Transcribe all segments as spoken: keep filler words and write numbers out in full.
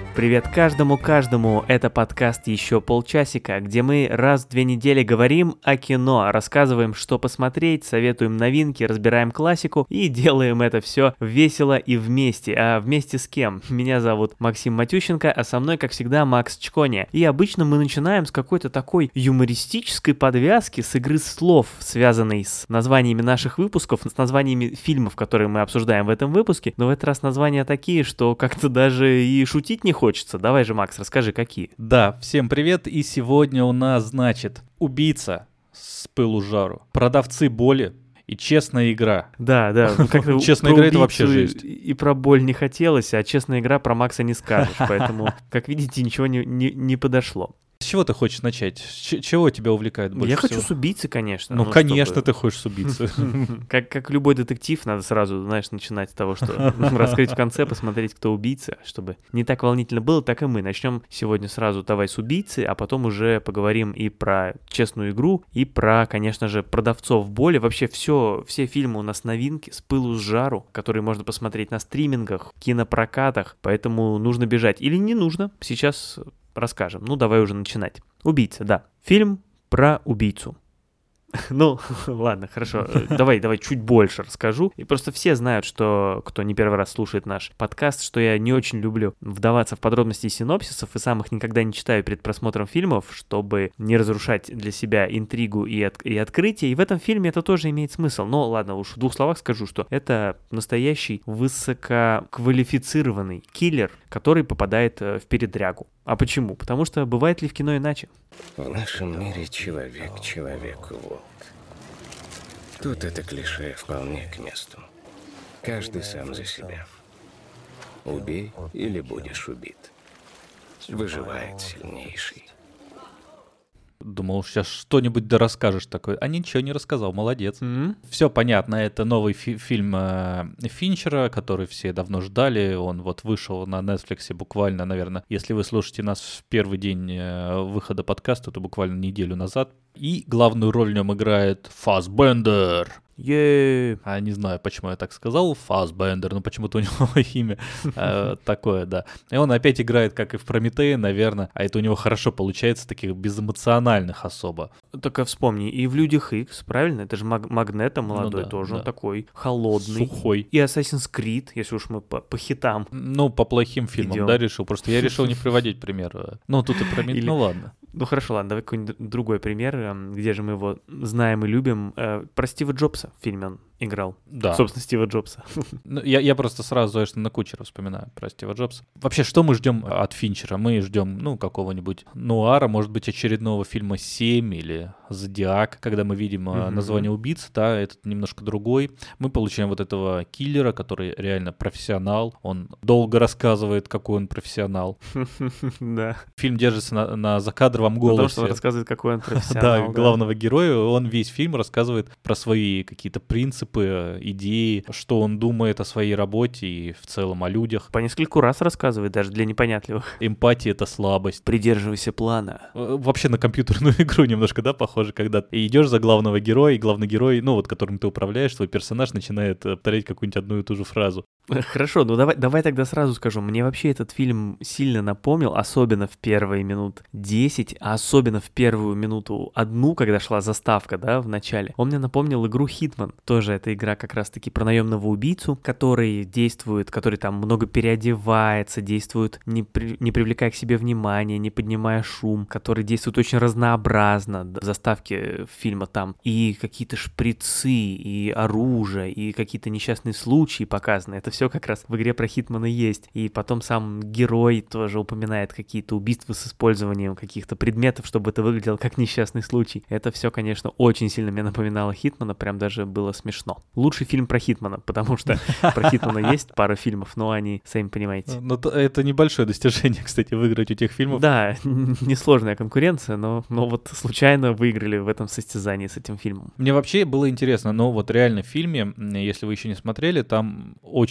Привет каждому-каждому, это подкаст «Еще полчасика», где мы раз в две недели говорим о кино, рассказываем, что посмотреть, советуем новинки, разбираем классику и делаем это все весело и вместе. А вместе с кем? Меня зовут Максим Матющенко, а со мной, как всегда, Макс Чконя. И обычно мы начинаем с какой-то такой юмористической подвязки, с игры слов, связанной с названиями наших выпусков, с названиями фильмов, которые мы обсуждаем в этом выпуске. Но в этот раз названия такие, что как-то даже и шутить не хочется. Хочется. Давай же, Макс, расскажи, какие. Да, всем привет, и сегодня у нас, значит, убийца с пылу жару, продавцы боли и честная игра. Да, да. Ну, честная игра — это вообще жесть. И про боль не хотелось, а честная игра про Макса не скажешь, поэтому, как видите, ничего не, не, не подошло. С чего ты хочешь начать? Ч- чего тебя увлекает больше Я всего? хочу с убийцы, конечно. Ну, ну конечно, чтобы... ты хочешь с убийцы. Как, как любой детектив, надо сразу, знаешь, начинать с того, что раскрыть в конце, посмотреть, кто убийца, чтобы не так волнительно было, так и мы. Начнем сегодня сразу давай с убийцы, а потом уже поговорим и про честную игру, и про, конечно же, продавцов боли. Вообще все, все фильмы у нас новинки, с пылу с жару, которые можно посмотреть на стримингах, кинопрокатах, поэтому нужно бежать. Или не нужно, сейчас... расскажем. Ну, давай уже начинать. Убийца, да. Фильм про убийцу. Ну, ладно, хорошо. Давай, давай чуть больше расскажу. И просто все знают, что, кто не первый раз слушает наш подкаст, что я не очень люблю вдаваться в подробности синопсисов и сам их никогда не читаю перед просмотром фильмов, чтобы не разрушать для себя интригу и, от, и открытие. И в этом фильме это тоже имеет смысл. Но ладно, уж в двух словах скажу, что это настоящий высококвалифицированный киллер, который попадает в передрягу. А почему? Потому что бывает ли в кино иначе? В нашем мире человек человеку волк. Тут это клише вполне к месту. Каждый сам за себя. Убей или будешь убит. Выживает сильнейший. Думал, сейчас что-нибудь да расскажешь такое. А ничего не рассказал, молодец. Mm-hmm. Все понятно, это новый фи- фильм э, Финчера, который все давно ждали. Он вот вышел на Netflix буквально, наверное, если вы слушаете нас в первый день э, выхода подкаста, то буквально неделю назад. И главную роль в нем играет Фассбендер. Yeah. А не знаю, почему я так сказал, Фассбендер, но почему-то у него имя э, такое, да. И он опять играет, как и в Прометее, наверное, а это у него хорошо получается, таких безэмоциональных особо. Только вспомни, и в Людях Икс, правильно? Это же Маг- Магнето молодой, ну, да, тоже да. Он такой холодный. Сухой. И Assassin's Creed, если уж мы по, по хитам. Ну, по плохим фильмам, идем. Да, решил. Просто я решил не приводить пример. Ну, тут и Прометей, Или... ну ладно. Ну хорошо, ладно, давай какой-нибудь другой пример, где же мы его знаем и любим. Про Стива Джобса в фильме он играл. Да. Собственно, Стива Джобса. Ну, я, я просто сразу, конечно, на Кучера вспоминаю про Стива Джобса. Вообще, что мы ждем от Финчера? Мы ждем, ну, какого-нибудь нуара, может быть, очередного фильма «Семь» или «Зодиак», когда мы видим mm-hmm. название убийцы, да, этот немножко другой. Мы получаем вот этого киллера, который реально профессионал. Он долго рассказывает, какой он профессионал. Да. Фильм держится на, на закадровом голосе. Потому что он рассказывает, какой он профессионал. Да, главного героя. Он весь фильм рассказывает про свои какие-то принципы, идеи, что он думает о своей работе и в целом о людях. По нескольку раз рассказывает, даже для непонятливых. Эмпатия — это слабость. Придерживайся плана. Вообще на компьютерную игру немножко, да, похоже, когда ты идешь за главного героя, и главный герой, ну вот, которым ты управляешь, твой персонаж начинает повторять какую-нибудь одну и ту же фразу. Хорошо, ну давай, давай тогда сразу скажу. Мне вообще этот фильм сильно напомнил, особенно в первые минут десять, а особенно в первую минуту одну, когда шла заставка, да, в начале. Он мне напомнил игру Hitman. Тоже эта игра как раз-таки про наемного убийцу, который действует, который там много переодевается, действует, не, при, не привлекая к себе внимания, не поднимая шум, который действует очень разнообразно. В заставке фильма там и какие-то шприцы, и оружие, и какие-то несчастные случаи показаны. Это все как раз в игре про Хитмана есть. И потом сам герой тоже упоминает какие-то убийства с использованием каких-то предметов, чтобы это выглядело как несчастный случай. Это все, конечно, очень сильно мне напоминало Хитмана, прям даже было смешно. Лучший фильм про Хитмана, потому что про Хитмана есть пара фильмов, но они, сами понимаете. Но это небольшое достижение, кстати, выиграть у тех фильмов. Да, несложная конкуренция, но, но вот случайно выиграли в этом состязании с этим фильмом. Мне вообще было интересно, но вот реально в фильме, если вы еще не смотрели, там очень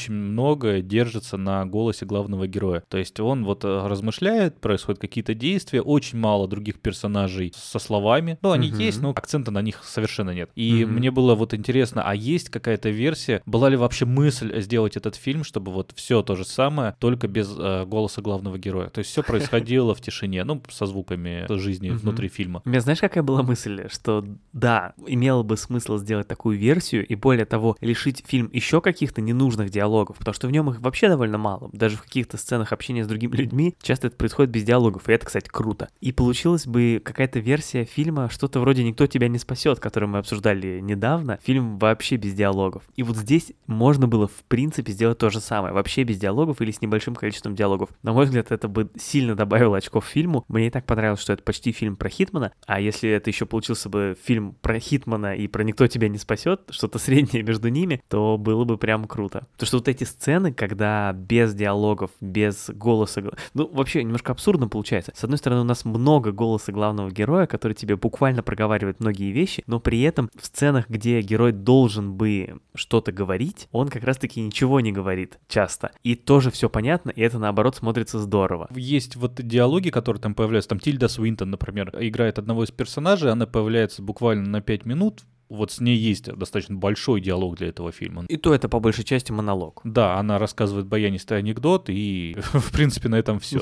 очень многое держится на голосе главного героя. То есть он вот размышляет, происходят какие-то действия, очень мало других персонажей со словами. Ну, они uh-huh. есть, но акцента на них совершенно нет. И uh-huh. мне было вот интересно, а есть какая-то версия, была ли вообще мысль сделать этот фильм, чтобы вот все то же самое, только без э, голоса главного героя. То есть все происходило в тишине, ну, со звуками жизни uh-huh. внутри фильма. У меня, знаешь, какая была мысль? Что да, имело бы смысл сделать такую версию, и более того, лишить фильм еще каких-то ненужных диалогов, потому что в нем их вообще довольно мало. Даже в каких-то сценах общения с другими людьми часто это происходит без диалогов, и это, кстати, круто. И получилась бы какая-то версия фильма, что-то вроде «Никто тебя не спасет», который мы обсуждали недавно, фильм вообще без диалогов. И вот здесь можно было, в принципе, сделать то же самое, вообще без диалогов или с небольшим количеством диалогов. На мой взгляд, это бы сильно добавило очков фильму. Мне и так понравилось, что это почти фильм про Хитмана, а если это еще получился бы фильм про Хитмана и про «Никто тебя не спасет», что-то среднее между ними, то было бы прям круто. Потому что вот эти сцены, когда без диалогов, без голоса... Ну, вообще, немножко абсурдно получается. С одной стороны, у нас много голоса главного героя, который тебе буквально проговаривает многие вещи, но при этом в сценах, где герой должен бы что-то говорить, он как раз-таки ничего не говорит часто. И тоже все понятно, и это, наоборот, смотрится здорово. Есть вот диалоги, которые там появляются. Там Тильда Свинтон, например, играет одного из персонажей, она появляется буквально на пять минут. Вот с ней есть достаточно большой диалог для этого фильма. И то это по большей части монолог. Да, она рассказывает баянистый анекдот, и в принципе на этом все.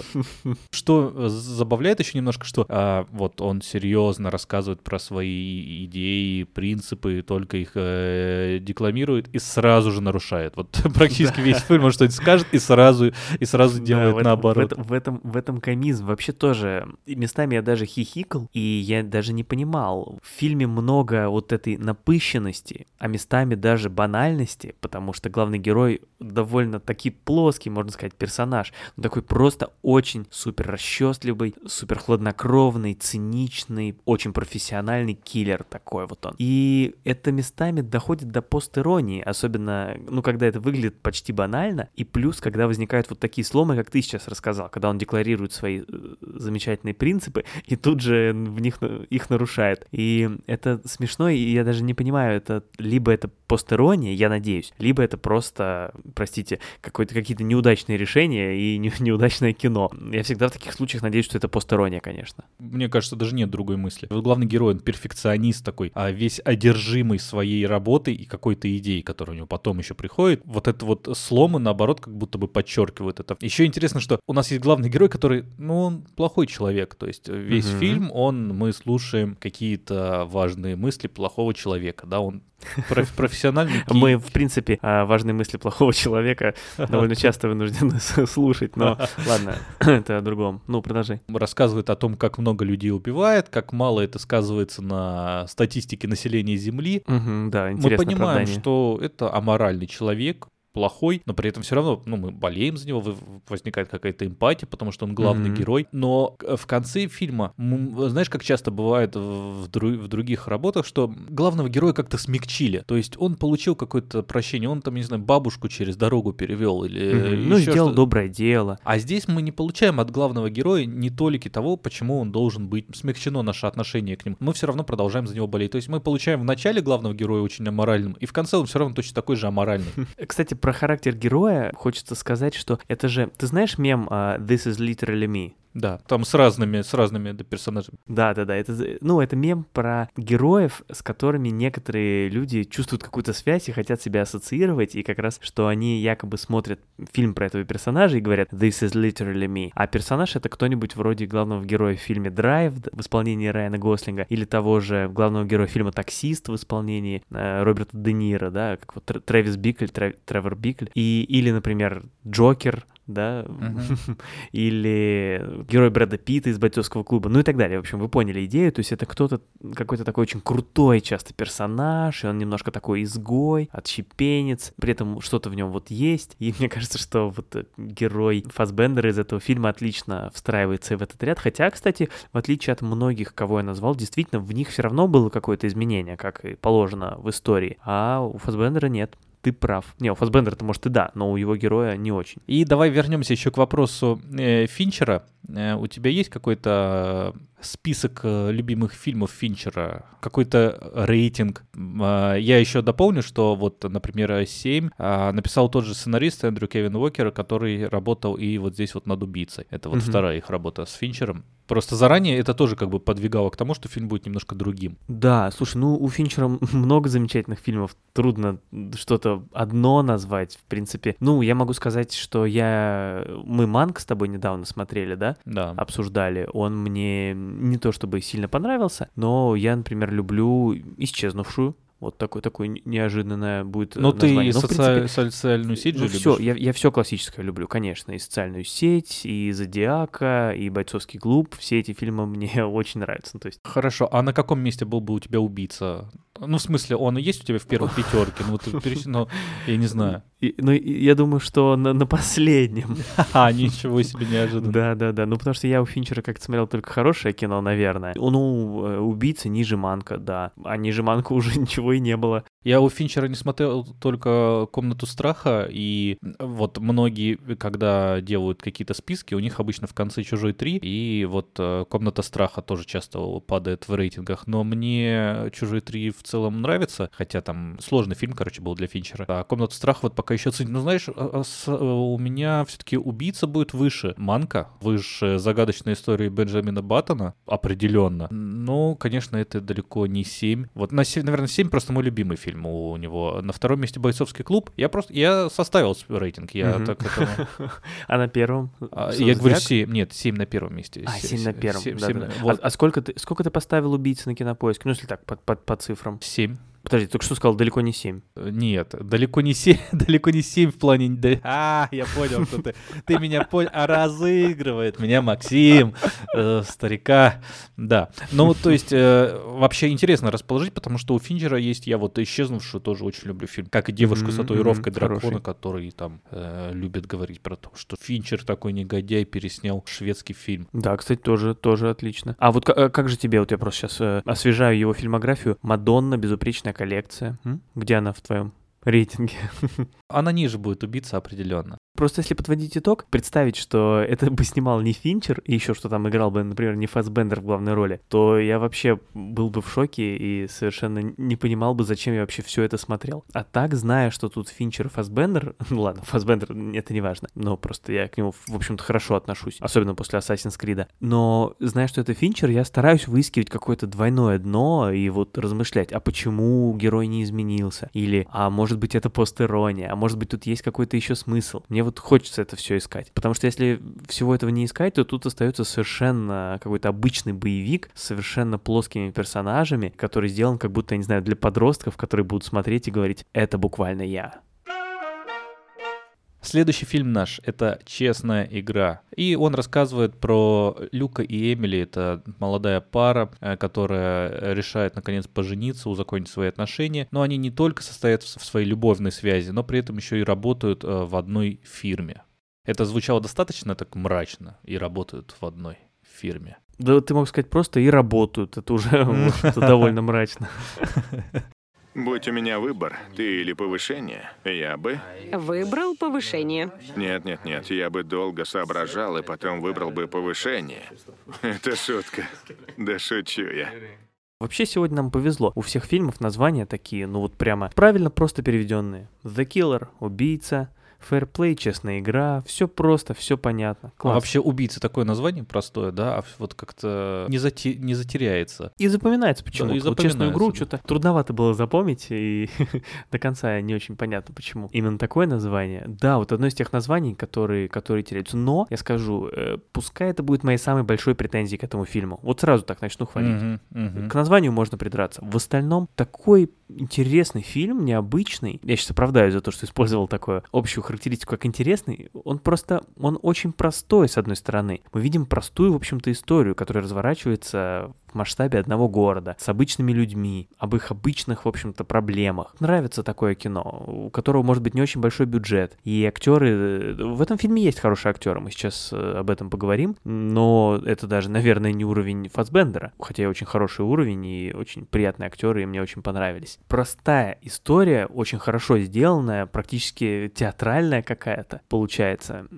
Что забавляет еще немножко, что а, вот он серьезно рассказывает про свои идеи, принципы, только их э, декламирует и сразу же нарушает. Вот практически весь фильм он что-нибудь скажет и сразу, и сразу делает наоборот. В этом, в этом комизм. Вообще тоже местами я даже хихикал, и я даже не понимал. В фильме много вот этой напыщенности, а местами даже банальности, потому что главный герой довольно-таки плоский, можно сказать, персонаж. Он такой просто очень супер расчетливый, супер хладнокровный, циничный, очень профессиональный киллер такой вот он. И это местами доходит до постиронии, особенно, ну, когда это выглядит почти банально, и плюс, когда возникают вот такие сломы, как ты сейчас рассказал, когда он декларирует свои замечательные принципы, и тут же в них их нарушает. И это смешно, и я даже не понимаю, это либо это постирония, я надеюсь, либо это просто, простите, какое-то, какие-то неудачные решения и не, неудачное кино. Я всегда в таких случаях надеюсь, что это постирония, конечно. Мне кажется, даже нет другой мысли. Вот главный герой, он перфекционист такой, а весь одержимый своей работой и какой-то идеей, которая у него потом еще приходит. Вот это вот сломы, наоборот, как будто бы подчеркивают это. Еще интересно, что у нас есть главный герой, который, ну, он плохой человек. То есть весь mm-hmm. фильм, он, мы слушаем какие-то важные мысли плохого человека, да, он профессиональный. Мы, в принципе, важные мысли плохого человека довольно часто вынуждены слушать, но ладно, это о другом. Ну, продолжай. Рассказывает о том, как много людей убивает, как мало это сказывается на статистике населения Земли. Угу, да, интересно. Мы понимаем, оправдание. что это аморальный человек, плохой, но при этом все равно, ну, мы болеем за него, возникает какая-то эмпатия, потому что он главный mm-hmm. герой. Но в конце фильма, знаешь, как часто бывает в, дру- в других работах, что главного героя как-то смягчили. То есть он получил какое-то прощение, он там, не знаю, бабушку через дорогу перевел или mm-hmm. ну, сделал что-то. Доброе дело. А здесь мы не получаем от главного героя ни толики того, почему он должен быть. Смягчено наше отношение к нему. Мы все равно продолжаем за него болеть. То есть мы получаем в начале главного героя очень аморальным, и в конце он все равно точно такой же аморальный. Кстати, про характер героя хочется сказать, что это же... Ты знаешь мем uh, «This is literally me»? Да, там с разными, с разными да, персонажами. Да-да-да, это, ну, это мем про героев, с которыми некоторые люди чувствуют какую-то связь и хотят себя ассоциировать, и как раз, что они якобы смотрят фильм про этого персонажа и говорят «This is literally me». А персонаж — это кто-нибудь вроде главного героя в фильме «Драйв» в исполнении Райана Гослинга, или того же главного героя фильма «Таксист» в исполнении э, Роберта Де Ниро, да, как вот Трэвис Бикль, Трэ, Тревор Бикль, и, или, например, Джокер, да, uh-huh. или герой Брэда Питта из «Бойцовского клуба», ну и так далее. В общем, вы поняли идею, то есть это кто-то, какой-то такой очень крутой часто персонаж, и он немножко такой изгой, отщепенец, при этом что-то в нем вот есть, и мне кажется, что вот герой Фассбендера из этого фильма отлично встраивается в этот ряд, хотя, кстати, в отличие от многих, кого я назвал, действительно, в них все равно было какое-то изменение, как и положено в истории, а у Фассбендера нет. ты прав. Не, у Фассбендера-то, может, и да, но у его героя не очень. И давай вернемся еще к вопросу э, Финчера. Э, у тебя есть какой-то список э, любимых фильмов Финчера? Какой-то рейтинг? Э, я еще дополню, что вот, например, семь э, написал тот же сценарист Эндрю Кевин Уокер, который работал и вот здесь вот над «Убийцей». Это вот mm-hmm. вторая их работа с Финчером. Просто заранее это тоже как бы подвигало к тому, что фильм будет немножко другим. Да, слушай, ну у Финчера много замечательных фильмов, трудно что-то одно назвать, в принципе. Ну, я могу сказать, что я... Мы «Манк» с тобой недавно смотрели, да? Да. Обсуждали. Он мне не то чтобы сильно понравился, но я, например, люблю «Исчезнувшую». Вот такое, такое неожиданное будет Но название. ты Но, соци... принципе, социальную сеть же ну, любишь? Все, я, я все классическое люблю, конечно. И «Социальную сеть», и «Зодиака», и «Бойцовский клуб». Все эти фильмы мне очень нравятся. Ну, то есть... Хорошо, а на каком месте был бы у тебя «Убийца»? Ну, в смысле, он и есть у тебя в первой пятерке? Ну, ты переч... ну, я не знаю. И, ну, и, я думаю, что на, на последнем. А, ничего себе, неожиданно. Да-да-да, ну потому что я у Финчера как-то смотрел только хорошее кино, наверное. Ну, «Убийца» ниже «Манка», да. А ниже «Манка» уже ничего и не было. Я у Финчера не смотрел только «Комнату страха», и вот многие, когда делают какие-то списки, у них обычно в конце «Чужой три», и вот «Комната страха» тоже часто падает в рейтингах, но мне «Чужой три» в целом нравится, хотя там сложный фильм, короче, был для Финчера. А «Комната страха» вот пока еще ценю. Ну, знаешь, у меня все-таки «Убийца» будет выше «Манка», выше «Загадочной истории Бенджамина Баттона», определенно. Но, конечно, это далеко не семь. Вот, на семь, наверное, семь просто мой любимый фильм у него. На втором месте «Бойцовский клуб». Я просто, я составил рейтинг, я mm-hmm. так этому... А на первом? А, я говорю семь, нет, семь на первом месте. А, семь на первом, семь, да, семь, да. Вот. А, а сколько ты, сколько ты поставил «Убийцы» на Кинопоиске? Ну, если так, по, по, по цифрам. семь. Подожди, только что сказал, далеко не семь. Нет, далеко не семь, далеко не семь в плане... А, я понял, что ты... Ты меня понял, а разыгрывает меня Максим, э, старика. Да, ну, то есть, э, вообще интересно расположить, потому что у Финчера есть, я вот «Исчезнувшую» тоже очень люблю фильм, как и «Девушку с татуировкой дракона», хороший. Который там э, любит говорить про то, что Финчер такой негодяй переснял шведский фильм. Да, кстати, тоже, тоже отлично. А вот как, как же тебе, вот я просто сейчас э, освежаю его фильмографию, «Мадонна», «Безупречная коллекция». М? Где она в твоем рейтинге? Она ниже будет «Убийца» определенно. Просто если подводить итог, представить, что это бы снимал не Финчер, и еще что там играл бы, например, не Фассбендер в главной роли, то я вообще был бы в шоке и совершенно не понимал бы, зачем я вообще все это смотрел. А так, зная, что тут Финчер и Фассбендер, ну ладно, Фассбендер, это не важно, но просто я к нему, в общем-то, хорошо отношусь, особенно после Assassin's Creed. Но, зная, что это Финчер, я стараюсь выискивать какое-то двойное дно и вот размышлять, а почему герой не изменился? Или, а может быть, это постерония? А может быть, тут есть какой-то еще смысл? Мне вот хочется это все искать. Потому что если всего этого не искать, то тут остается совершенно какой-то обычный боевик с совершенно плоскими персонажами, который сделан как будто, я не знаю, для подростков, которые будут смотреть и говорить: это буквально я. Следующий фильм наш — это «Честная игра». И он рассказывает про Люка и Эмили. Это молодая пара, которая решает, наконец, пожениться, узаконить свои отношения. Но они не только состоят в своей любовной связи, но при этом еще и работают в одной фирме. Это звучало достаточно так мрачно, и работают в одной фирме. Да ты мог сказать просто «и работают». Это уже довольно мрачно. Будь у меня выбор, ты или повышение, я бы... Выбрал повышение. Нет, нет, нет, я бы долго соображал и потом выбрал бы повышение. Это шутка. Да шучу я. Вообще сегодня нам повезло. У всех фильмов названия такие, ну вот прямо правильно просто переведенные. The Killer, «Убийца», Fair Play, «Честная игра», все просто, все понятно. Класс. А вообще «Убийца» такое название простое, да, а вот как-то не, зате... не затеряется. И запоминается почему-то. Да, и вот «Честную игру» да. что-то трудновато было запомнить, и до конца не очень понятно, почему. Именно такое название. Да, вот одно из тех названий, которые, которые теряются. Но, я скажу, э, пускай это будет моей самой большой претензией к этому фильму. Вот сразу так начну хвалить. Uh-huh, uh-huh. К названию можно придраться. В остальном, такой интересный фильм, необычный. Я сейчас оправдаюсь за то, что использовал такую общую характеристику, как интересный. Он просто, он очень простой, с одной стороны. Мы видим простую, в общем-то, историю, которая разворачивается в масштабе одного города, с обычными людьми, об их обычных, в общем-то, проблемах. Нравится такое кино, у которого может быть не очень большой бюджет. И актеры... В этом фильме есть хорошие актеры, мы сейчас об этом поговорим, но это даже, наверное, не уровень Фассбендера, хотя и очень хороший уровень, и очень приятные актеры, и мне очень понравились. Простая история, очень хорошо сделанная, практически театральная какая-то получается,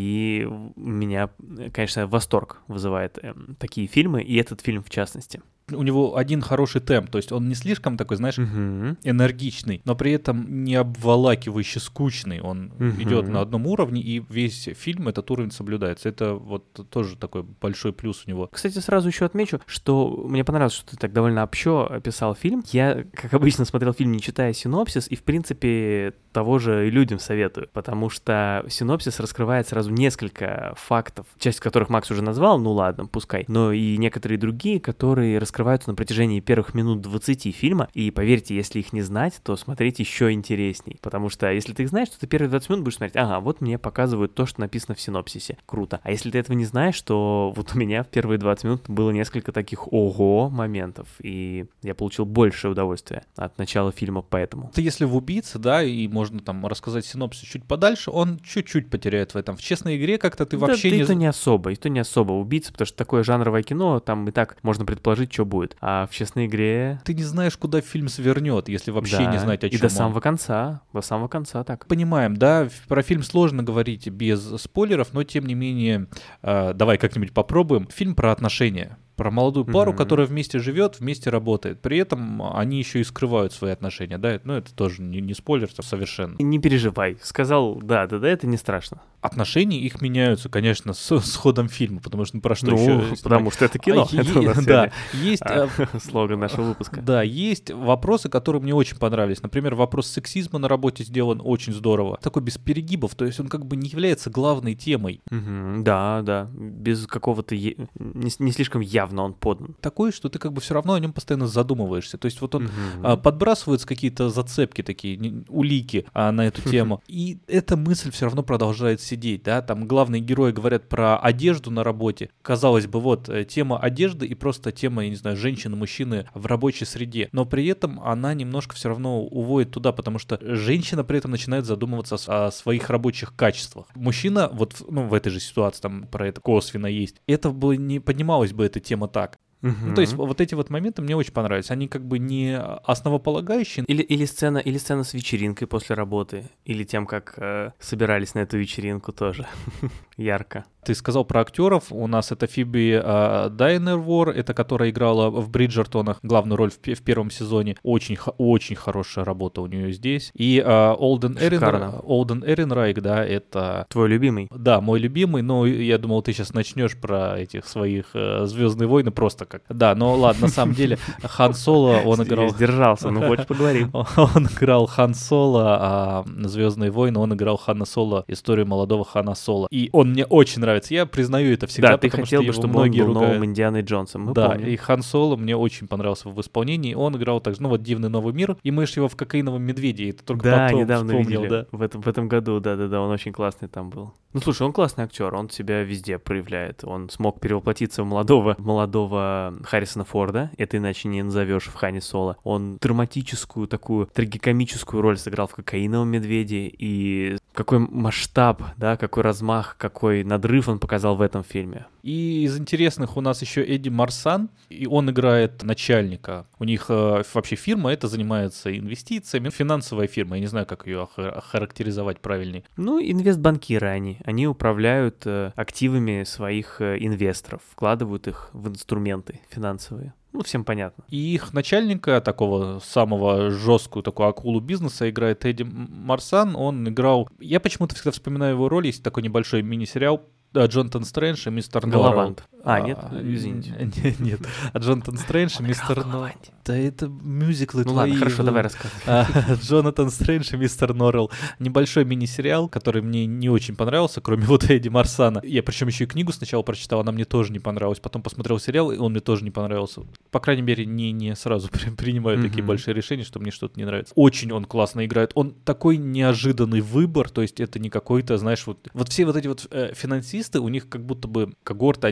и меня, конечно, восторг вызывает э, такие фильмы, и этот фильм в частности. У него один хороший темп, то есть он не слишком такой, знаешь, Угу. энергичный, но при этом не обволакивающий, скучный. Он Мгм. идет на одном уровне, и весь фильм этот уровень соблюдается. Это вот тоже такой большой плюс у него. Кстати, сразу еще отмечу, что мне понравилось, что ты так довольно общо описал фильм. Я, как обычно, смотрел фильм, не читая синопсис, и, в принципе, того же и людям советую, потому что синопсис раскрывает сразу несколько фактов, часть которых Макс уже назвал, ну ладно, пускай, но и некоторые другие, которые раскрываются на протяжении первых минут двадцати фильма, и поверьте, если их не знать, то смотреть еще интересней, потому что если ты их знаешь, то ты первые двадцать минут будешь смотреть, ага, вот мне показывают то, что написано в синопсисе, круто, а если ты этого не знаешь, то вот у меня в первые двадцать минут было несколько таких ого моментов, и я получил большее удовольствие от начала фильма поэтому. Это если в «Убийце», да, и можно там рассказать синопсис чуть подальше, он чуть-чуть потеряет в этом. В «Честной игре» как-то ты вообще да, не... Да, и то не особо, и то не особо убийца, потому что такое жанровое кино, там и так можно предположить, что будет. А в «Честной игре» Ты не знаешь, куда фильм свернет, если вообще да, не знать, о и чем до он. самого конца, до самого конца так. Понимаем, да, ф- про фильм сложно говорить без спойлеров, но тем не менее, э, давай как-нибудь попробуем. Фильм про отношения. Про молодую пару, Мгм. которая вместе живет, вместе работает. При этом они еще и скрывают свои отношения, да, ну это тоже не, не спойлер совершенно. Не переживай, сказал, да, да, да, это не страшно. Отношения их меняются, конечно, с, с ходом фильма, потому что ну, про что Ну, еще? потому что это кино. А, Это у е- нас да, сегодня, есть, а, э, слоган нашего выпуска. да, есть вопросы, которые мне очень понравились. Например, вопрос сексизма на работе сделан очень здорово. Такой без перегибов, то есть он как бы не является главной темой. Мгм, да, да, без какого-то, е- не, с- не слишком явно он подан. Такой, что ты как бы все равно о нем постоянно задумываешься. То есть вот он Мгм. а, подбрасываются какие-то зацепки такие, не- улики а, на эту тему. И эта мысль все равно продолжает сидеть, да, там главные герои говорят про одежду на работе. Казалось бы, вот э, тема одежды и просто тема, я не знаю, женщины, мужчины в рабочей среде. Но при этом она немножко все равно уводит туда, потому что женщина при этом начинает задумываться о, с- о своих рабочих качествах. Мужчина, вот в- ну, в этой же ситуации, там про это косвенно есть, это бы не поднималась бы эта тема так. Ну, то есть Мгм. вот эти вот моменты мне очень понравились. Они как бы не основополагающие. Или, или, сцена, или сцена с вечеринкой после работы, или тем, как э, собирались на эту вечеринку тоже ярко. Ты сказал про актеров. У нас это Фиби э, Дайнервор, это которая играла в «Бриджертонах» главную роль в, пе- в первом сезоне. Очень, х- очень хорошая работа у нее здесь. И э, Олден, Шикарно. Эрен, Олден Эренрайк, да, это... Твой любимый? Да, мой любимый, но я думал, ты сейчас начнешь про этих своих э, «Звездные войны» просто как. Да, но ладно, на самом деле Хан Соло, он играл... Я сдержался, ну хочешь поговорим. Он играл Хан Соло, а «Звездные войны», он играл Хана Соло, историю молодого Хана Соло. И он мне очень нравится. Я признаю это всегда, Да, ты потому хотел что бы, его чтобы многие он был ругают. новым Индианой Джонсом, мы Да, помним. и Хан Соло мне очень понравился в исполнении. Он играл также, ну вот «Дивный новый мир», и мы же его в «Кокаиновом медведе», это только Да, потом недавно вспомнил, видели. да. В этом, в этом году, да-да-да, он очень классный там был. Ну, слушай, он классный актер, он себя везде проявляет. Он смог перевоплотиться в молодого, молодого Харрисона Форда, это иначе не назовешь в Хане Соло. Он драматическую, такую трагикомическую роль сыграл в «Кокаиновом медведе», и какой масштаб, да, какой размах, какой надрыв он показал в этом фильме. И из интересных у нас еще Эдди Марсан, и он играет начальника. У них э, вообще фирма, это занимается инвестициями, финансовая фирма, я не знаю, как ее охар- охарактеризовать правильнее. Ну, инвестбанкиры они. Они управляют э, активами своих э, инвесторов, вкладывают их в инструменты финансовые. Ну, всем понятно. И их начальника, такого самого жесткую такую акулу бизнеса, играет Эдди Марсан. Он играл... Я почему-то всегда вспоминаю его роль, есть такой небольшой мини-сериал, да, Джонатан Стрэндж и мистер Норрелл. Галавант. А, нет, извините. Нет, нет. А Джонатан Стрэндж и мистер Норрелл. Да это мюзиклы Ну твои. ладно, хорошо, вы. давай рассказывай. А, Джонатан Стрэндж и мистер Норрелл. Небольшой мини-сериал, который мне не очень понравился, кроме вот Эдди Марсана. Я причем еще и книгу сначала прочитал, она мне тоже не понравилась. Потом посмотрел сериал, и он мне тоже не понравился. По крайней мере, не, не сразу при- принимаю такие Мгм. большие решения, что мне что-то не нравится. Очень он классно играет. Он такой неожиданный выбор, то есть это не какой-то, знаешь, вот, вот все вот эти вот э, финансисты, у них как будто бы когорты, они все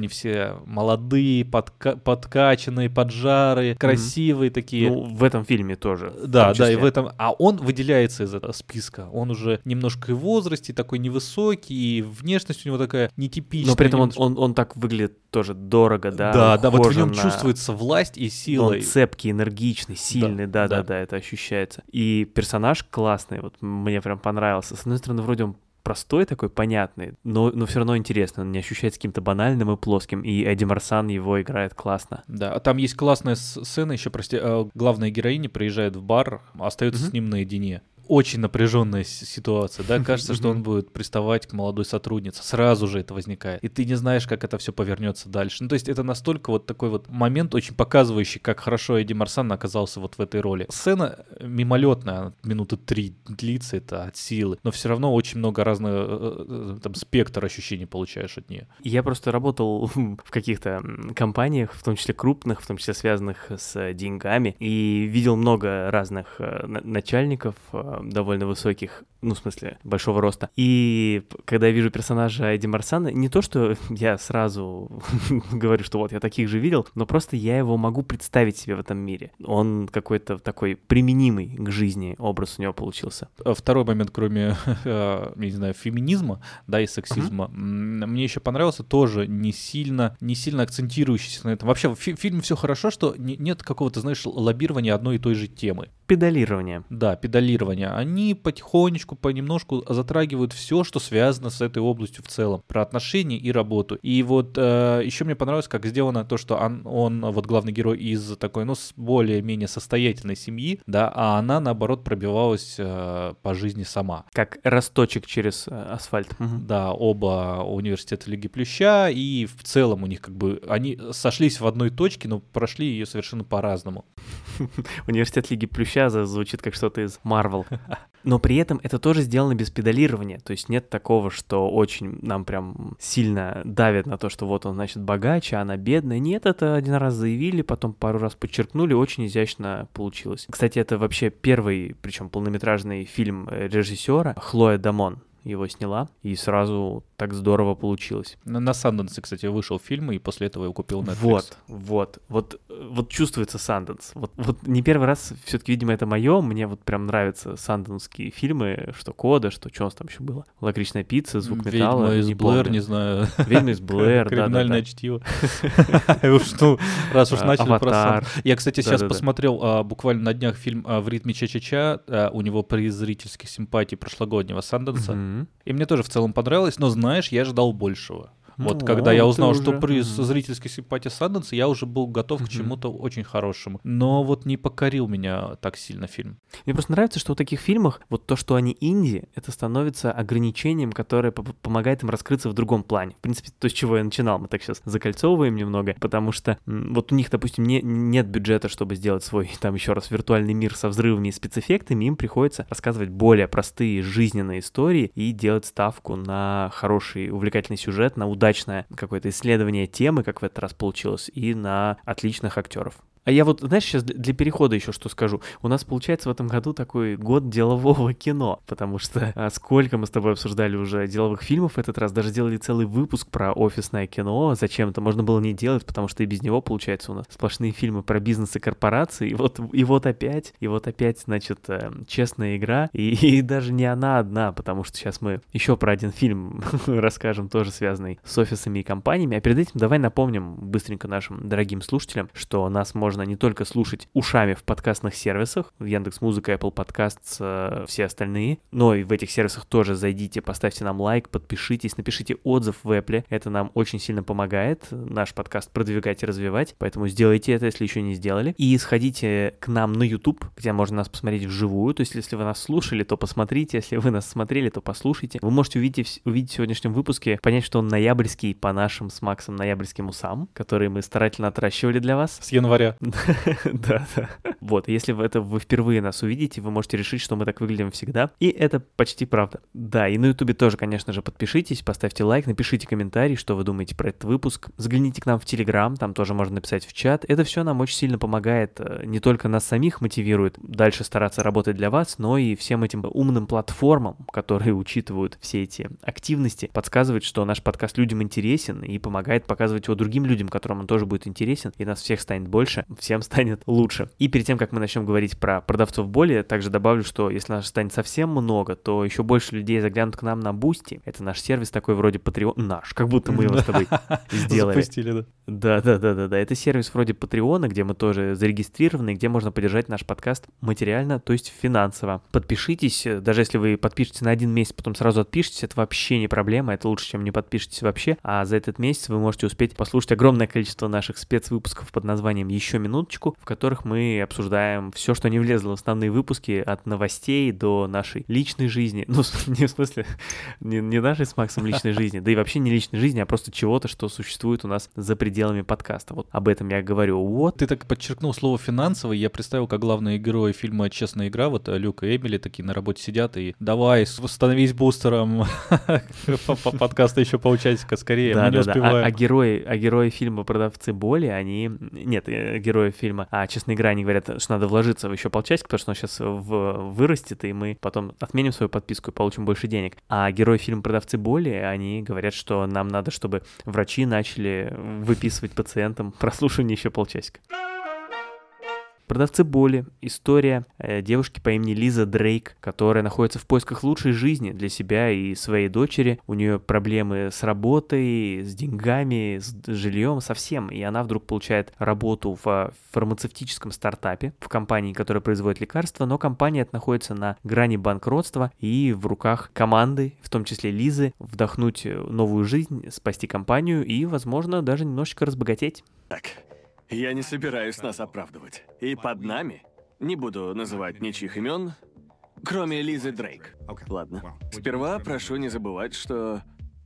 такие молодые, подка- подкачанные, поджарые, красивые mm-hmm. такие. Ну, в этом фильме тоже. Да, да, и в этом. А он выделяется из этого списка. Он уже немножко и в возрасте, такой невысокий, и внешность у него такая нетипичная. Но при этом он, немножко... он, он так выглядит тоже дорого, да? Да, да, вот в нем на... чувствуется власть и сила. Он цепкий, энергичный, сильный, да, да, да, да, это ощущается. И персонаж классный, вот мне прям понравился. С одной стороны, вроде он простой такой, понятный, но, но все равно интересный, он не ощущается каким-то банальным и плоским, и Эдди Марсан его играет классно. Да, а там есть классная сцена еще, прости, главная героиня приезжает в бар, остается mm-hmm. с ним наедине. Очень напряженная ситуация, да, кажется, что он будет приставать к молодой сотруднице, сразу же это возникает, и ты не знаешь, как это все повернется дальше. Ну, то есть это настолько вот такой вот момент, очень показывающий, как хорошо Эдди Марсан оказался вот в этой роли. Сцена мимолетная, минуты три длится, это от силы, но все равно очень много разных, там, спектр ощущений получаешь от нее. Я просто работал в каких-то компаниях, в том числе крупных, в том числе связанных с деньгами, и видел много разных начальников, довольно высоких, ну, в смысле, большого роста. И когда я вижу персонажа Эдди Марсана, не то, что я сразу говорю, что вот я таких же видел, но просто я его могу представить себе в этом мире. Он какой-то такой применимый к жизни образ у него получился. Второй момент, кроме, я не знаю, феминизма, да, и сексизма, uh-huh. мне еще понравился тоже не сильно, не сильно акцентирующийся на этом. Вообще в фи- фильме все хорошо, что не, нет какого-то, знаешь, лоббирования одной и той же темы. Педалирование. Да, педалирование. Они потихонечку, понемножку затрагивают все, что связано с этой областью в целом. Про отношения и работу. И вот э, еще мне понравилось, как сделано то, что он, он, вот главный герой из такой, ну, с более-менее состоятельной семьи, да, а она, наоборот, пробивалась э, по жизни сама. Как росточек через э, асфальт. Угу. Да, оба университета Лиги Плюща, и в целом у них как бы, они сошлись в одной точке, но прошли ее совершенно по-разному. Университет Лиги Плюща звучит как что-то из Марвел. Но при этом это тоже сделано без педалирования. То есть нет такого, что очень нам прям сильно давит на то, что вот он, значит, богаче, а она бедная. Нет, это один раз заявили, потом пару раз подчеркнули, очень изящно получилось. Кстати, это вообще первый, причем полнометражный фильм режиссера Хлоя Дамон. Его сняла, и сразу так здорово получилось. На Санденсе, кстати, вышел фильм, и после этого его купил Netflix. Вот, вот, вот, вот чувствуется Санденс. Вот, вот не первый раз, все-таки, видимо, это мое. Мне вот прям нравятся санденские фильмы, что Кода, что что у нас там еще было. Лакричная пицца, Звук металла. Ведьма из Блэр, не знаю. Ведьма из Блэр, да, Криминальное чтиво. Раз уж начали про Я, кстати, сейчас посмотрел буквально на днях фильм «В ритме ча-ча-ча». У него приз зрительских симпатий прошлогоднего Санденса. И мне тоже в целом понравилось, но, знаешь, я ждал большего. Вот ну, когда я узнал, что приз mm-hmm. зрительской симпатии Санденса, я уже был готов mm-hmm. к чему-то очень хорошему. Но вот не покорил меня так сильно фильм. Мне просто нравится, что в таких фильмах вот то, что они инди, это становится ограничением, которое по- помогает им раскрыться в другом плане. В принципе, то, с чего я начинал, мы так сейчас закольцовываем немного, потому что м- вот у них, допустим, не, нет бюджета, чтобы сделать свой, там еще раз, виртуальный мир со взрывами и спецэффектами, им приходится рассказывать более простые жизненные истории и делать ставку на хороший, увлекательный сюжет, на удачный удачное какое-то исследование темы, как в этот раз получилось, и на отличных актеров. А я вот, знаешь, сейчас для перехода еще что скажу. У нас получается в этом году такой год делового кино, потому что а, сколько мы с тобой обсуждали уже деловых фильмов в этот раз, даже сделали целый выпуск про офисное кино, зачем-то можно было не делать, потому что и без него, получается, у нас сплошные фильмы про бизнес и корпорации, и вот, и вот опять, и вот опять, значит, э, честная игра, и, и даже не она одна, потому что сейчас мы еще про один фильм расскажем, тоже связанный с офисами и компаниями, а перед этим давай напомним быстренько нашим дорогим слушателям, что нас можно не только слушать ушами в подкастных сервисах, в Яндекс.Музыка, Apple Podcasts, все остальные, но и в этих сервисах тоже зайдите, поставьте нам лайк, подпишитесь, напишите отзыв в Apple, это нам очень сильно помогает наш подкаст продвигать и развивать, поэтому сделайте это, если еще не сделали, и сходите к нам на YouTube, где можно нас посмотреть вживую, то есть если вы нас слушали, то посмотрите, если вы нас смотрели, то послушайте. Вы можете увидеть, увидеть в сегодняшнем выпуске, понять, что он ноябрьский по нашим с Максом ноябрьским усам, которые мы старательно отращивали для вас. С января. Да, да. Вот, если вы это вы впервые нас увидите, вы можете решить, что мы так выглядим всегда. И это почти правда. Да, и на Ютубе тоже, конечно же, подпишитесь, поставьте лайк, напишите комментарий, что вы думаете про этот выпуск. Загляните к нам в Телеграм, там тоже можно написать в чат. Это все нам очень сильно помогает, не только нас самих мотивирует дальше стараться работать для вас, но и всем этим умным платформам, которые учитывают все эти активности, подсказывает, что наш подкаст людям интересен и помогает показывать его другим людям, которым он тоже будет интересен, и нас всех станет больше, всем станет лучше. И перед тем, как мы начнем говорить про продавцов боли, также добавлю, что если нас станет совсем много, то еще больше людей заглянут к нам на Boosty. Это наш сервис такой вроде Patreon, наш, как будто мы его с тобой сделали. Запустили, да. Да, да, да, да, да. Это сервис вроде Патреона, где мы тоже зарегистрированы, где можно поддержать наш подкаст материально, то есть финансово. Подпишитесь, даже если вы подпишетесь на один месяц, потом сразу отпишетесь, это вообще не проблема, это лучше, чем не подпишетесь вообще. А за этот месяц вы можете успеть послушать огромное количество наших спецвыпусков под названием «Еще минуточку», в которых мы обсуждаем все, что не влезло в основные выпуски, от новостей до нашей личной жизни. Ну, не в смысле, не, не нашей с Максом личной жизни, да и вообще не личной жизни, а просто чего-то, что существует у нас за пределами подкаста. Вот об этом я говорю. Вот. Ты так подчеркнул слово «финансовый», я представил, как главные герои фильма «Честная игра», вот Люк и Эмили такие на работе сидят и давай, становись бустером подкаста еще полчасика скорее, мы не успеваем. А герои, а герои фильма «Продавцы боли», они... Нет, герои фильма а «Честная игра», они говорят, что надо вложиться в еще полчасика, потому что он сейчас в... вырастет, и мы потом отменим свою подписку и получим больше денег. А герои фильма «Продавцы боли», они говорят, что нам надо, чтобы врачи начали выписывать пациентам прослушивание еще полчасика. «Продавцы боли» — история э, девушки по имени Лиза Дрейк, которая находится в поисках лучшей жизни для себя и своей дочери. У нее проблемы с работой, с деньгами, с жильем, со всем. И она вдруг получает работу в фармацевтическом стартапе, в компании, которая производит лекарства, но компания эта находится на грани банкротства, и в руках команды, в том числе Лизы, вдохнуть новую жизнь, спасти компанию и, возможно, даже немножечко разбогатеть. Так. Я не собираюсь нас оправдывать. И под нами, не буду называть ничьих имен, кроме Лизы Дрейк. Ладно. Сперва прошу не забывать, что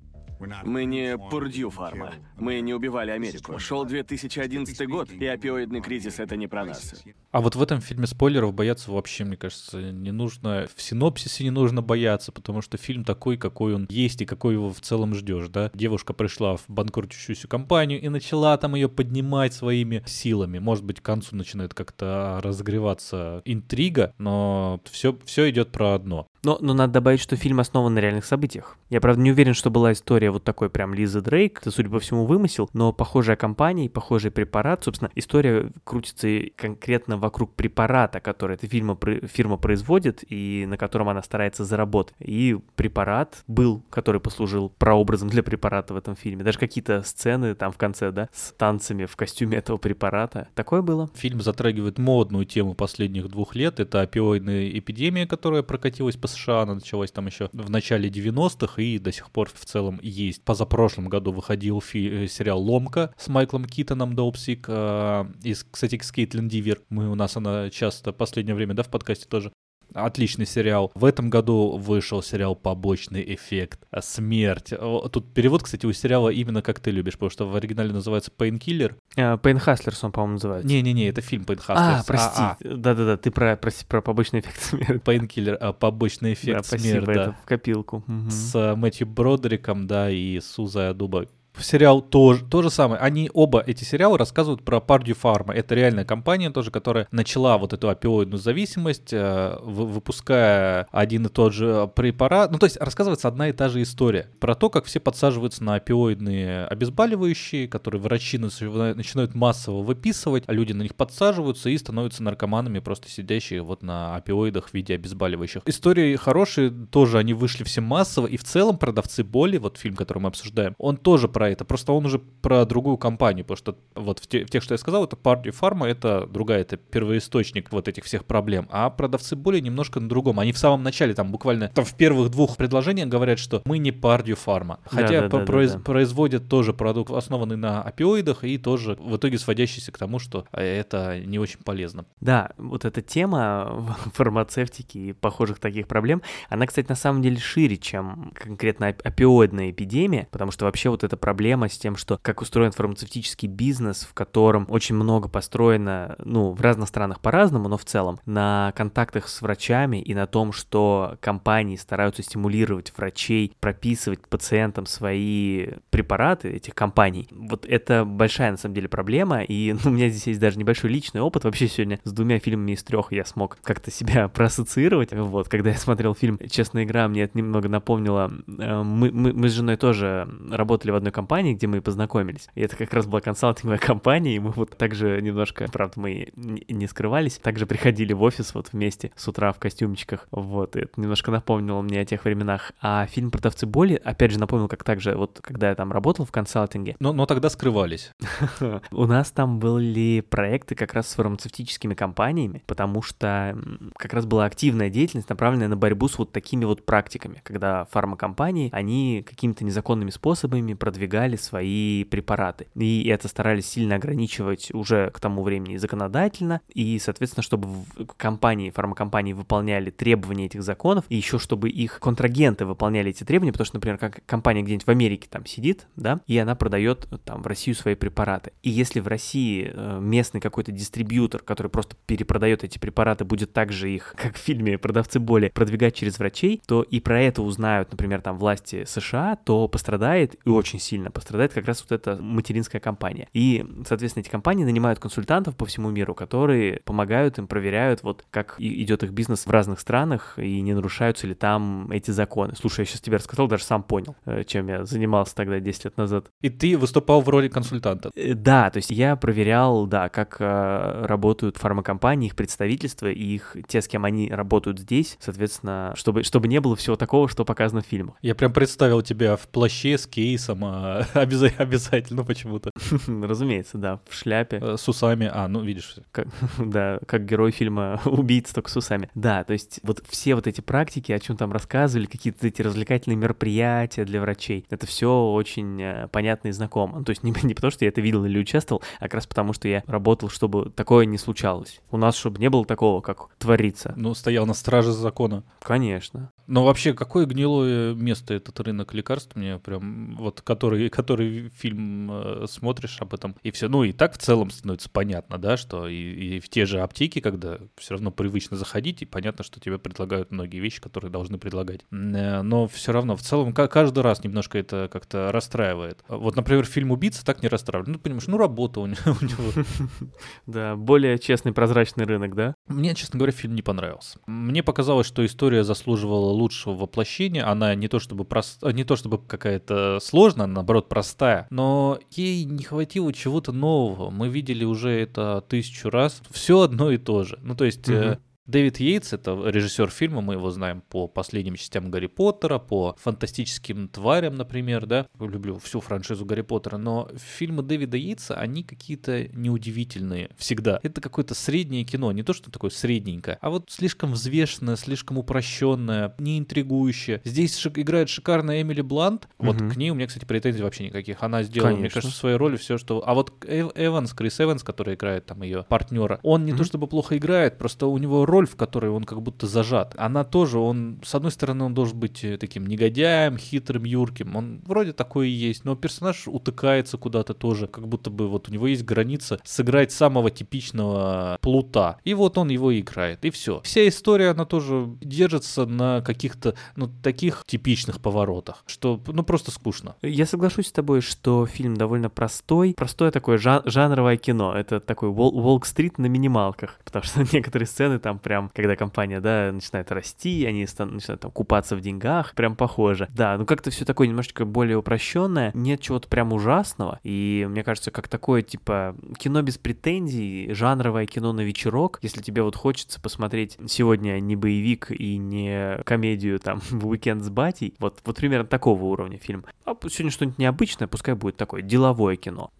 мы не Пурдью Фарма. Мы не убивали Америку. Шел две тысячи одиннадцатый год, и опиоидный кризис — это не про нас. А вот в этом фильме спойлеров бояться вообще, мне кажется, не нужно. В синопсисе не нужно бояться, потому что фильм такой, какой он есть и какой его в целом ждешь, да? Девушка пришла в банкротящуюся компанию и начала там ее поднимать своими силами. Может быть, к концу начинает как-то разогреваться интрига, но все, все идет про одно. Но, но надо добавить, что фильм основан на реальных событиях. Я, правда, не уверен, что была история вот такой прям Лизы Дрейк. Это, судя по всему, вымысел, но похожая компания и похожий препарат. Собственно, история крутится конкретно вокруг препарата, который эта фирма, фирма производит и на котором она старается заработать. И препарат был, который послужил прообразом для препарата в этом фильме. Даже какие-то сцены там в конце, да, с танцами в костюме этого препарата. Такое было. Фильм затрагивает модную тему последних двух лет. Это опиоидная эпидемия, которая прокатилась по США. Она началась там еще в начале девяностых и до сих пор в целом есть. Позапрошлом году выходил фи- сериал «Ломка» с Майклом Китоном, Доупсик, э, и, кстати, с Кейтлин Дивер. Мы, у нас она часто в последнее время, да, в подкасте тоже. Отличный сериал. В этом году вышел сериал «Побочный эффект. Смерть». Тут перевод, кстати, у сериала именно как ты любишь, потому что в оригинале называется «Painkiller». Пейн Хаслерс он, по-моему, называется. Не-не-не, это фильм «Пейн Хаслерс». А, прости. Да-да-да, ты про, прости, про «Побочный эффект смерти». «Painkiller», а «Побочный эффект да, смерти». Спасибо, да. Это в копилку. Угу. С Мэтью Бродериком, да, и Сузой Адуба. Сериал тоже, то же самое. Они оба, эти сериалы, рассказывают про Purdue Pharma. Это реальная компания тоже, которая начала вот эту опиоидную зависимость, э, выпуская один и тот же препарат. Ну, то есть рассказывается одна и та же история. Про то, как все подсаживаются на опиоидные обезболивающие, которые врачи начинают массово выписывать, а люди на них подсаживаются и становятся наркоманами, просто сидящие вот на опиоидах в виде обезболивающих. Истории хорошие, тоже они вышли все массово. И в целом «Продавцы боли», вот фильм, который мы обсуждаем, он тоже про это, просто он уже про другую компанию, потому что вот в, те, в тех, что я сказал, это Purdue Pharma, это другая, это первоисточник вот этих всех проблем, а «Продавцы боли» немножко на другом. Они в самом начале, там буквально там в первых двух предложениях говорят, что мы не Purdue Pharma, хотя да, да, произ, да, да. производят тоже продукт, основанный на опиоидах и тоже в итоге сводящийся к тому, что это не очень полезно. Да, вот эта тема фармацевтики и похожих таких проблем, она, кстати, на самом деле шире, чем конкретно опиоидная эпидемия, потому что вообще вот эта проблема проблема с тем, что как устроен фармацевтический бизнес, в котором очень много построено, ну, в разных странах по-разному, но в целом на контактах с врачами и на том, что компании стараются стимулировать врачей прописывать пациентам свои препараты этих компаний. Вот это большая, на самом деле, проблема, и ну, у меня здесь есть даже небольшой личный опыт. Вообще сегодня с двумя фильмами из трех я смог как-то себя проассоциировать. Вот, когда я смотрел фильм «Честная игра», мне это немного напомнило. Мы, мы, мы с женой тоже работали в одной компании, где мы и познакомились. И это как раз была консалтинговая компания, и мы вот также немножко, правда, мы не скрывались, также приходили в офис вот вместе с утра в костюмчиках. Вот, и это немножко напомнило мне о тех временах. А фильм «Продавцы боли», опять же, напомнил, как также, вот, когда я там работал в консалтинге. Но, но тогда скрывались. У нас там были проекты как раз с фармацевтическими компаниями, потому что как раз была активная деятельность, направленная на борьбу с вот такими вот практиками, когда фармакомпании, они какими-то незаконными способами продвигали свои препараты. И это старались сильно ограничивать уже к тому времени законодательно, и, соответственно, чтобы компании, фармакомпании выполняли требования этих законов, и еще чтобы их контрагенты выполняли эти требования, потому что, например, как компания где-нибудь в Америке там сидит, да, и она продает там в Россию свои препараты. И если в России местный какой-то дистрибьютор, который просто перепродает эти препараты, будет также их, как в фильме «Продавцы боли», продвигать через врачей, то и про это узнают, например, там власти США, то пострадает, и очень сильно пострадает как раз вот эта материнская компания. И, соответственно, эти компании нанимают консультантов по всему миру, которые помогают им, проверяют, вот как идет их бизнес в разных странах, и не нарушаются ли там эти законы. Слушай, я сейчас тебе рассказал, даже сам понял, чем я занимался тогда десять лет назад. И ты выступал в роли консультанта? Да, то есть я проверял, да, как э, работают фармакомпании, их представительства и их, те, с кем они работают здесь, соответственно, чтобы, чтобы не было всего такого, что показано в фильмах. Я прям представил тебя в плаще с кейсом, а, обяза- обязательно почему-то. Разумеется, да, в шляпе. С усами, а, ну видишь. Как, да, как герой фильма «Убийца», только с усами. Да, то есть вот все вот эти практики, о чем там рассказывали, какие-то эти развлекательные мероприятия для врачей, это все очень э, понятно и знакомо. Ну, то есть не, не потому, что я это видел или участвовал, а как раз потому, что я работал, чтобы такое не случалось. У нас, чтобы не было такого, как творится. Ну, стоял на страже закона. Конечно. Но вообще, какое гнилое место этот рынок лекарств, мне прям, вот, который, который фильм э, смотришь об этом, и все, ну, и так в целом становится понятно, да, что и, и в те же аптеки, когда все равно привычно заходить, и понятно, что тебе предлагают многие вещи, которые должны предлагать. Но все равно, в целом, каждый раз немножко это как-то расстраивает. Вот, например, фильм «Убийца» так не расстраивает. Ну, понимаешь, ну, работа у него. Да, более честный, прозрачный рынок, да? Мне, честно говоря, фильм не понравился. Мне показалось, что история заслуживала лучшего воплощения. Она не то чтобы прост... не то чтобы какая-то сложная, наоборот, простая, но ей не хватило чего-то нового. Мы видели уже это тысячу раз. Все одно и то же. Ну, то есть... Mm-hmm. Дэвид Йейтс — это режиссер фильма, мы его знаем по последним частям Гарри Поттера, по фантастическим тварям, например, да. Люблю всю франшизу Гарри Поттера, но фильмы Дэвида Йейтса, они какие-то неудивительные всегда. Это какое-то среднее кино, не то, что такое средненькое, а вот слишком взвешенное, слишком упрощенное, не интригующее. Здесь шик- играет шикарная Эмили Блант, mm-hmm. вот к ней у меня, кстати, претензий вообще никаких. Она сделала, Конечно. мне кажется, в своей роли все, что... А вот Эв- Эванс, Крис Эванс, который играет там ее партнера, он не mm-hmm. то чтобы плохо играет, просто у него роль, в которой он как будто зажат. Она тоже, он, с одной стороны, он должен быть таким негодяем, хитрым, юрким. Он вроде такой и есть, но персонаж утыкается куда-то тоже, как будто бы вот у него есть граница сыграть самого типичного плута. И вот он его играет, и все. Вся история, она тоже держится на каких-то, ну, таких типичных поворотах, что, ну, просто скучно. Я соглашусь с тобой, что фильм довольно простой. Простое такое жан- жанровое кино. Это такой Уолл-стрит на минималках, потому что некоторые сцены там прям, когда компания, да, начинает расти, они стан- начинают там купаться в деньгах, прям похоже. Да, ну как-то все такое немножечко более упрощенное, нет чего-то прям ужасного, и мне кажется, как такое, типа, кино без претензий, жанровое кино на вечерок, если тебе вот хочется посмотреть сегодня не боевик и не комедию там в уикенд с батей, вот, вот примерно такого уровня фильм. А сегодня что-нибудь необычное, пускай будет такое деловое кино.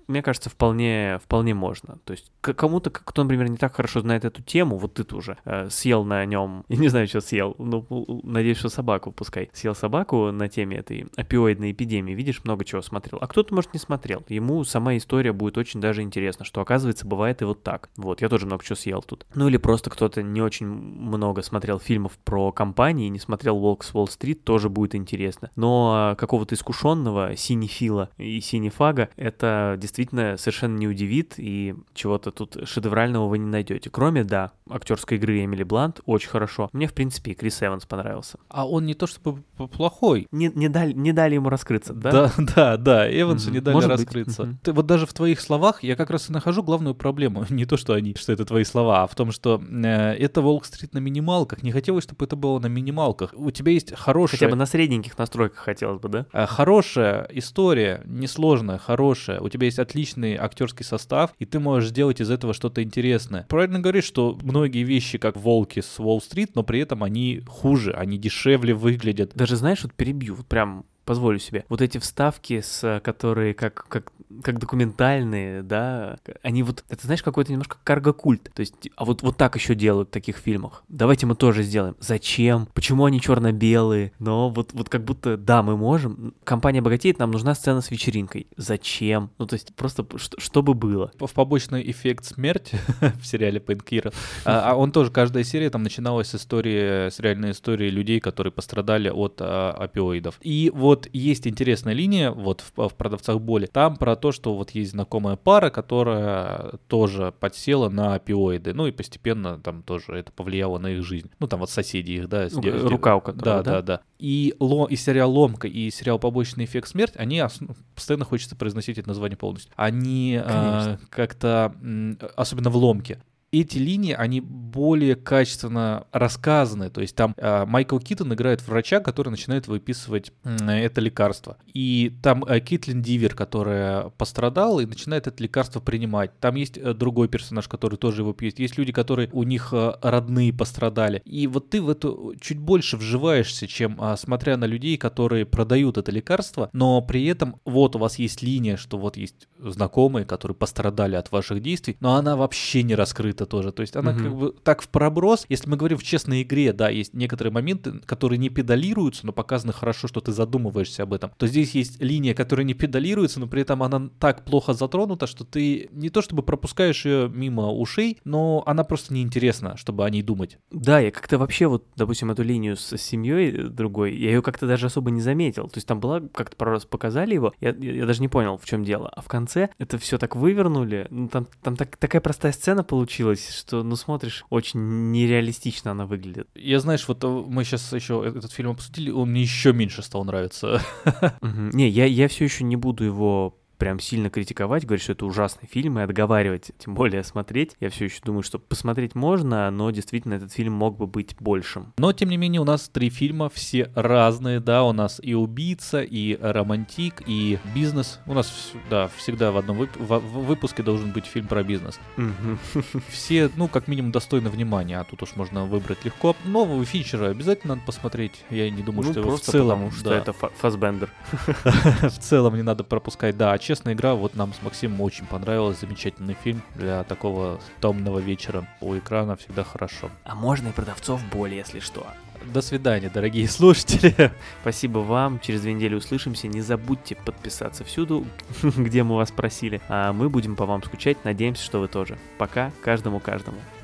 мне кажется, вполне, вполне можно. То есть к- кому-то, кто, например, не так хорошо знает эту тему, вот ты тоже э, съел на нем, я не знаю, что съел, ну, надеюсь, что собаку пускай. Съел собаку на теме этой опиоидной эпидемии, видишь, много чего смотрел. А кто-то, может, не смотрел. Ему сама история будет очень даже интересна, что, оказывается, бывает и вот так. Вот, я тоже много чего съел тут. Ну, или просто кто-то не очень много смотрел фильмов про компании, не смотрел «Волк с Уолл-стрит», тоже будет интересно. Но какого-то искушенного синефила и синефага это действительно совершенно не удивит, и чего-то тут шедеврального вы не найдете. Кроме, да, актерской игры Эмили Блант очень хорошо. Мне, в принципе, и Крис Эванс понравился. А он не то чтобы плохой. Не, не, дали, не дали ему раскрыться, да? Да, да, да, Эвансу mm-hmm. не дали Может раскрыться. Mm-hmm. Ты, вот даже в твоих словах я как раз и нахожу главную проблему. Не то, что они, что это твои слова, а в том, что э, это Уолл-стрит на минималках. Не хотелось, чтобы это было на минималках. У тебя есть хорошая... Хотя бы на средненьких настройках хотелось бы, да? Э, хорошая история, несложная, хорошая. У тебя есть отличный актерский состав, и ты можешь сделать из этого что-то интересное. Правильно говоришь, что многие вещи, как «Волки с Уолл-стрит», но при этом они хуже, они дешевле выглядят. Даже, знаешь, вот перебью, вот прям позволю себе. Вот эти вставки, с, которые как, как, как документальные, да, они вот, это, знаешь, какой-то немножко карго-культ. То есть, а вот, вот так еще делают в таких фильмах. Давайте мы тоже сделаем. Зачем? Почему они черно-белые? Но вот, вот как будто, да, мы можем. Компания богатеет, нам нужна сцена с вечеринкой. Зачем? Ну, то есть, просто, что, чтобы было. В побочный эффект смерти в сериале Пейнкиллер, а он тоже, каждая серия там начиналась с истории, с реальной историей людей, которые пострадали от опиоидов. И вот есть интересная линия вот в, в «Продавцах боли». Там про то, что вот есть знакомая пара, которая тоже подсела на опиоиды. Ну и постепенно там тоже это повлияло на их жизнь. Ну там вот соседи их, да. Ну, с, рука у которой, да, да? Да, да. И, ло, и сериал «Ломка», и сериал «Побочный эффект смерти», они, постоянно хочется произносить это название полностью, они э, как-то, особенно в «Ломке», эти линии, они более качественно рассказаны. То есть там э, Майкл Китон играет врача, который начинает выписывать э, это лекарство. И там э, Китлин Дивер, которая пострадала и начинает это лекарство принимать. Там есть э, другой персонаж, который тоже его пьет. Есть люди, которые у них э, родные пострадали. И вот ты в это чуть больше вживаешься, чем э, смотря на людей, которые продают это лекарство, но при этом вот у вас есть линия, что вот есть знакомые, которые пострадали от ваших действий, но она вообще не раскрыта тоже. То есть она uh-huh. как бы так в проброс. Если мы говорим в честной игре, да, есть некоторые моменты, которые не педалируются, но показаны хорошо, что ты задумываешься об этом, то здесь есть линия, которая не педалируется, но при этом она так плохо затронута, что ты не то чтобы пропускаешь ее мимо ушей, но она просто неинтересна, чтобы о ней думать. Да, я как-то вообще вот, допустим, эту линию с семьей другой, я ее как-то даже особо не заметил. То есть там была, как-то пару раз показали его, я, я, я даже не понял, в чем дело. А в конце это все так вывернули, ну там, там так, такая простая сцена получилась, что, ну, смотришь, очень нереалистично она выглядит. Я, знаешь, вот мы сейчас еще этот фильм обсудили, он мне еще меньше стал нравиться. Не, я, я все еще не буду его прям сильно критиковать, говорить, что это ужасный фильм, и отговаривать, тем более смотреть. Я все еще думаю, что посмотреть можно, но действительно этот фильм мог бы быть большим. Но, тем не менее, у нас три фильма, все разные, да, у нас и «Убийца», и «Романтик», и «Бизнес». У нас, да, всегда в одном вып- в, в выпуске должен быть фильм про бизнес. Все, ну, как минимум, достойны внимания, а тут уж можно выбрать легко. Нового Финчера обязательно надо посмотреть. Я не думаю, ну, что его в просто целом... потому, что да. это Фассбендер. В целом не надо пропускать, да. «Честная игра», вот нам с Максимом очень понравилось. Замечательный фильм для такого томного вечера. У экрана всегда хорошо. А можно и «Продавцов боли», если что. До свидания, дорогие слушатели. Спасибо вам. Через две недели услышимся. Не забудьте подписаться всюду, где мы вас просили. А мы будем по вам скучать. Надеемся, что вы тоже. Пока. Каждому-каждому.